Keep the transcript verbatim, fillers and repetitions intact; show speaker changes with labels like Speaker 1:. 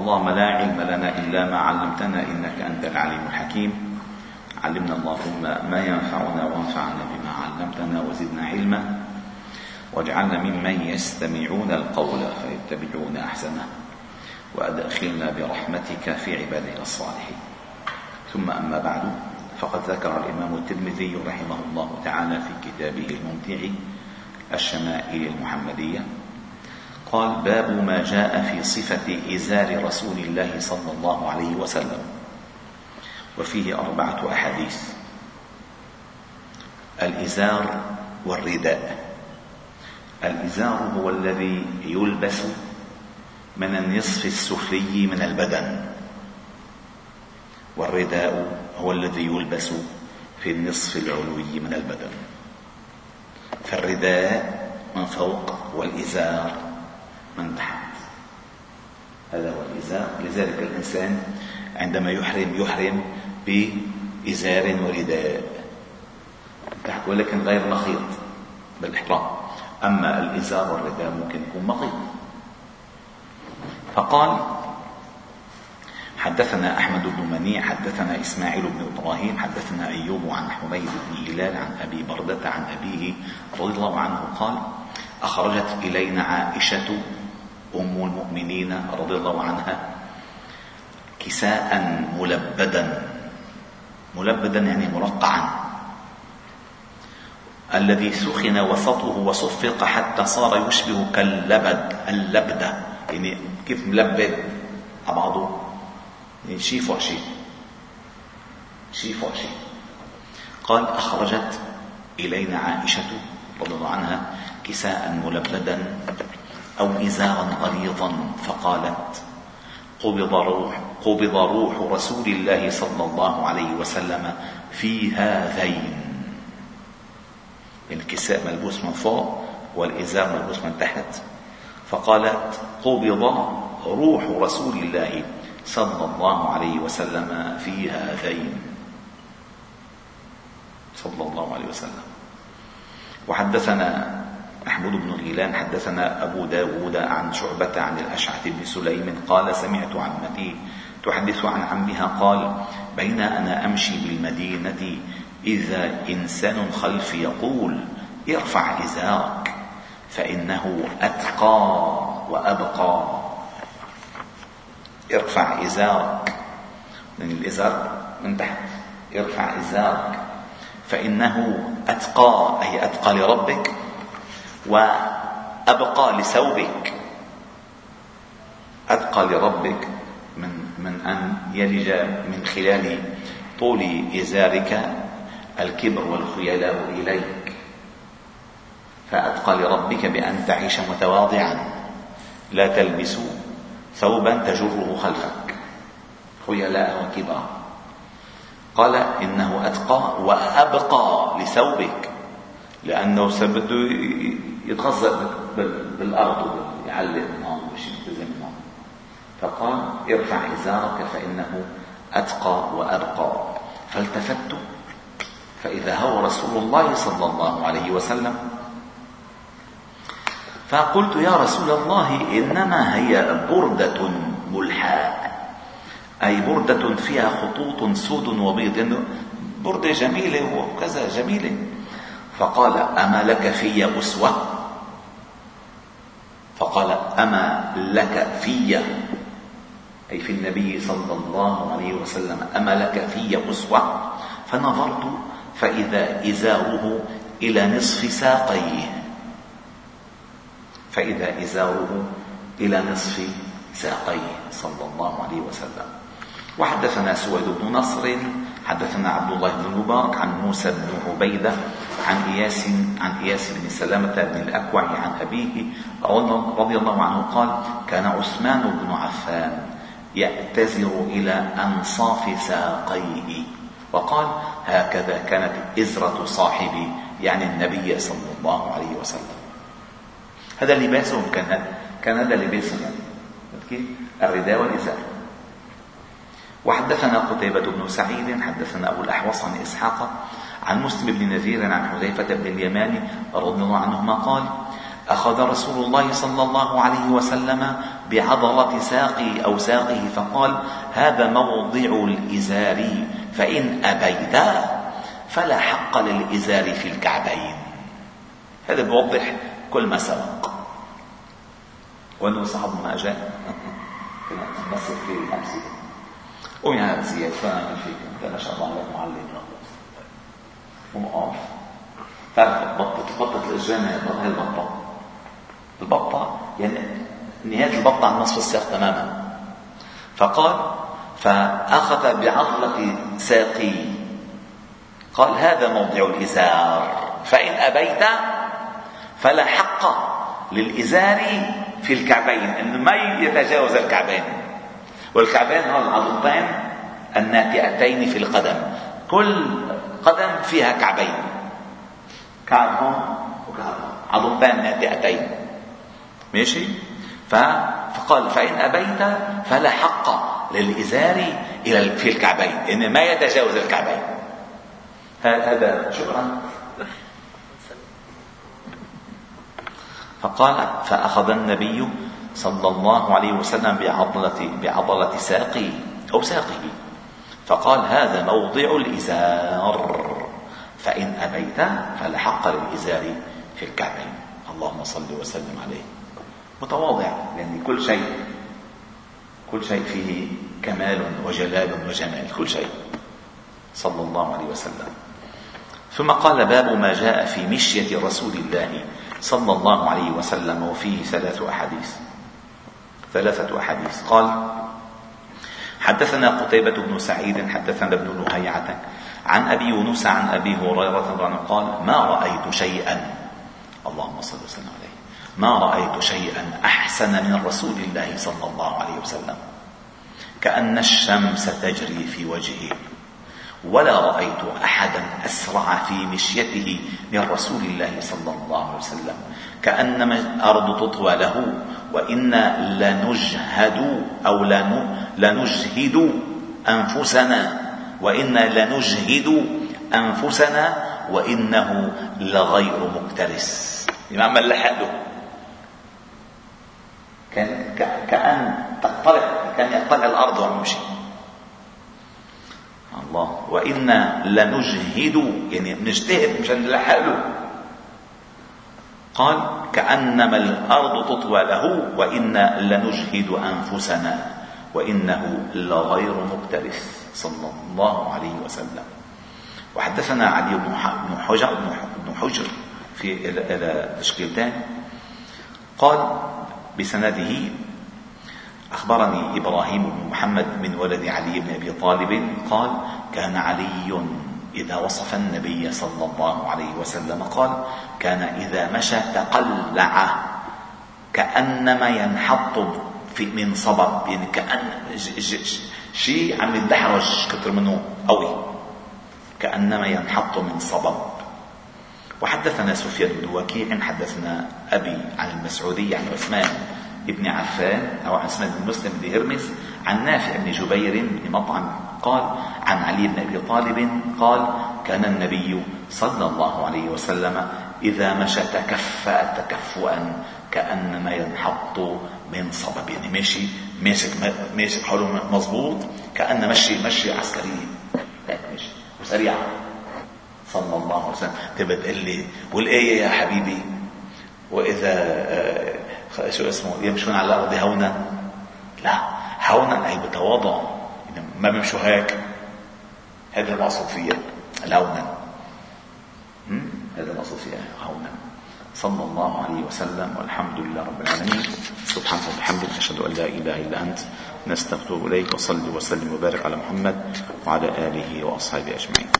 Speaker 1: اللهم لا علم لنا إلا ما علمتنا إنك أنت العليم الحكيم. علمنا اللهم ما ينفعنا وانفعنا بما علمتنا وزدنا علما، واجعلنا ممن يستمعون القول فيتبعون أحسنه، وأدخلنا برحمتك في عبادك الصالحين. ثم أما بعد، فقد ذكر الإمام الترمذي رحمه الله تعالى في كتابه الممتع الشمائل المحمدية قال: باب ما جاء في صفة إزار رسول الله صلى الله عليه وسلم، وفيه أربعة أحاديث. الإزار والرداء. الإزار هو الذي يلبس من النصف السفلي من البدن، والرداء هو الذي يلبس في النصف العلوي من البدن. فالرداء من فوق والإزار من تحت، هذا هو الإزار. لذلك الإنسان عندما يحرم يحرم بإزار ورداء تحت، ولكن غير مخيط بالإحرام. أما الإزار والرداء ممكن يكون مخيط. فقال: حدثنا أحمد بن منيع حدثنا إسماعيل بن إبراهيم حدثنا أيوب عن حميد بن هلال عن أبي بردة عن أبيه رضي الله عنه قال: أخرجت إلينا عائشة أم المؤمنين رضي الله عنها كساء ملبدا. ملبدا يعني مرقعا، الذي سخن وسطه وصفق حتى صار يشبه كاللبد. اللبدة يعني كيف ملبد على بعضه، يعني شيء فوق شيء شيء فوق شيء. قال: أخرجت إلينا عائشة رضي الله عنها كساء ملبدا أو إزارا غليظا، فقالت: قبض روح, قبض روح رسول الله صلى الله عليه وسلم في هذين. الكساء ملبوس من فوق والإزار ملبوس من تحت. فقالت: قبض روح رسول الله صلى الله عليه وسلم في هذين، صلى الله عليه وسلم. وحدثنا أحمد بن غيلان حدثنا أبو داود عن شعبة عن الأشعث بن سليم قال: سمعت عمتي تحدث عن عمها قال: بين أنا أمشي بالمدينة إذا إنسان خلفي يقول: ارفع إزارك فإنه أتقى وأبقى. ارفع إزارك من الإزار من تحت، ارفع إزارك فإنه أتقى أي أتقى لربك، وأبقى لثوبك. أتقى لربك من, من أن يلج من خلال طول إزارك الكبر والخيلاء إليك. فأتقى لربك بأن تعيش متواضعا، لا تلبس ثوبا تجره خلفك خيلاء وكبرا. قال: إنه أتقى وأبقى لثوبك، لأنه سبده يتغذى بالأرض ويعلق منهم وشيء يلتزم منهم. فقال: ارفع إزارك فإنه أتقى وأبقى. فالتفت فإذا هو رسول الله صلى الله عليه وسلم، فقلت: يا رسول الله، إنما هي بردة ملحاء، أي بردة فيها خطوط سود وبيض، بردة جميلة وكذا جميلة. فقال: أما لك في أسوة؟ فقال: أما لك في، أي في النبي صلى الله عليه وسلم، أما لك في أسوة؟ فنظرت فإذا إزاره إلى نصف ساقيه، فإذا إزاره إلى نصف ساقيه صلى الله عليه وسلم. وحدثنا سويد بن نصر حدثنا عبد الله بن المبارك عن موسى بن عبيدة عن إياس عن إياس بن سلامة بن الأكوع عن أبيه رضي الله عنه قال: كان عثمان بن عفان يأتزر إلى أنصاف ساقيه. وقال: هكذا كانت إزرة صاحبي، يعني النبي صلى الله عليه وسلم. هذا لباسهم، كان كان هذا لباسهم، يعني الرداء والإزار. وحدثنا قتيبة بن سعيد حدثنا أبو الأحوص عن إسحاق عن مسلم بن نذير عن حذيفة بن اليمان رضي الله عنهما قال: أخذ رسول الله صلى الله عليه وسلم بعضلة ساقي أو ساقه فقال: هذا موضع الإزار فإن أبيتا فلا حق للإزار في الكعبين. هذا بيوضح كل ما سبق. وأنه صاحب ما جاء كنا نصف فيه الأمثلة. قوم يا زياد فأنا فيك أنت ما شاء الله عليك معلم ومقاف. تعرف البطة البطة الإجرامة هي البطة البطة يعني نهاية البطة عن نصف الساق تماما. فقال: فأخذ بعضلة ساقي قال: هذا موضع الإزار فإن أبيت فلا حق للإزار في الكعبين، إنه ما يتجاوز الكعبين. والكعبين هو العضلتين الناتئتين في القدم، كل قدم فيها كعبين، كعب هون وكعب هون، عضلتين ناتئتين. ماشي؟ فقال: فإن أبيت فلا حق للإزار إلى في الكعبين، إن ما يتجاوز الكعبين. هذا شكرا. فقال: فأخذ النبي صلى الله عليه وسلم بعضلة, بعضلة ساقه أو ساقه فقال: هذا موضع الإزار فإن أبيت فلا حق للإزار في الكعبين. اللهم صل وسلم عليه. متواضع، يعني كل شيء كل شيء فيه كمال وجلال وجمال، كل شيء صلى الله عليه وسلم. ثم قال: باب ما جاء في مشية رسول الله صلى الله عليه وسلم، وفيه ثلاث أحاديث ثلاثة أحاديث. قال: حدثنا قتيبة بن سعيد حدثنا ابن لهيعة عن أبي يونس عن أبي هريرة قال: ما رأيت شيئا اللهم صل وسلم عليه ما رأيت شيئا أحسن من رسول الله صلى الله عليه وسلم، كأن الشمس تجري في وجهه، ولا رأيت أحدا أسرع في مشيته من رسول الله صلى الله عليه وسلم، كأنما الأرض تطوى له، وإنا لنجهد أو لنجهد أنفسنا وإنا لنجهد أنفسنا وإنه لغير مكترث. الإمام لحق له، كان كأن تطلع كان يطلع الأرض ويمشي. الله. وإنا لنجهد يعني نجتهد مشان نلحق له. قال: كأنما الأرض تطوى له وإنا لنجهد أنفسنا وإنه لغير مكترث صلى الله عليه وسلم. وحدثنا علي بن حجر بن حجر في التشكيلتين قال بسنده: أخبرني إبراهيم بن محمد من ولد علي بن أبي طالب قال: كان علي إذا وصف النبي صلى الله عليه وسلم قال: كان إذا مشى تقلع كأنما ينحط في من صبب، يعني كأن شيء عم يتدحرج كتر منه قوي، كأنما ينحط من صبب. وحدثنا سفيان بن وكيع حدثنا أبي عن المسعودي عن عثمان ابن عفان أو عثمان بن مسلم بن هرمز عن نافع بن جبير بن مطعم قال: عن علي بن أبي طالب قال: كان النبي صلى الله عليه وسلم إذا مشى تكفأ تكفؤا كأنما ينحط من صبب، يعني ماشي ماشي ماشي حوله مضبوط، كأن مشي مشي عسكري ماشي وسريع صلى الله عليه وسلم. تبقى تقول لي والآية يا حبيبي: وإذا آه شو اسمه يمشون على الأرض هونا؟ لا، هونا أي بتواضع، ما بيمشوا هيك، هذا المقصود فيها الهونا، هذا المقصود فيها هونا صلى الله عليه وسلم. والحمد لله رب العالمين. سبحانك وبحمدك، أشهد أن لا إله إلا أنت، نستغفرك إليك. وصلي وسلم وبارك على محمد وعلى آله وأصحابه أجمعين.